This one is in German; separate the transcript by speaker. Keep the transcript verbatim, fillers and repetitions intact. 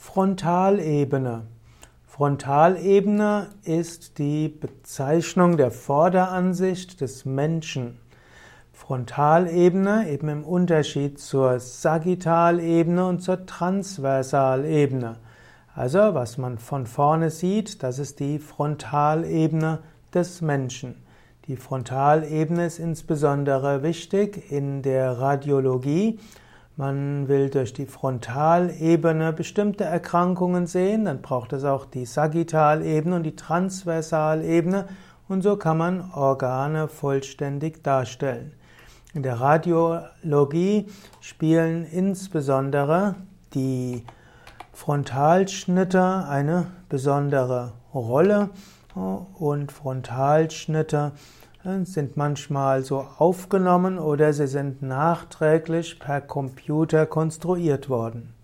Speaker 1: Frontalebene. Frontalebene ist die Bezeichnung der Vorderansicht des Menschen. Frontalebene eben im Unterschied zur Sagittalebene und zur Transversalebene. Also was man von vorne sieht, das ist die Frontalebene des Menschen. Die Frontalebene ist insbesondere wichtig in der Radiologie. Man will durch die Frontalebene bestimmte Erkrankungen sehen, dann braucht es auch die Sagittalebene und die Transversalebene und so kann man Organe vollständig darstellen. In der Radiologie spielen insbesondere die Frontalschnitte eine besondere Rolle und Frontalschnitte sind manchmal so aufgenommen oder sie sind nachträglich per Computer konstruiert worden.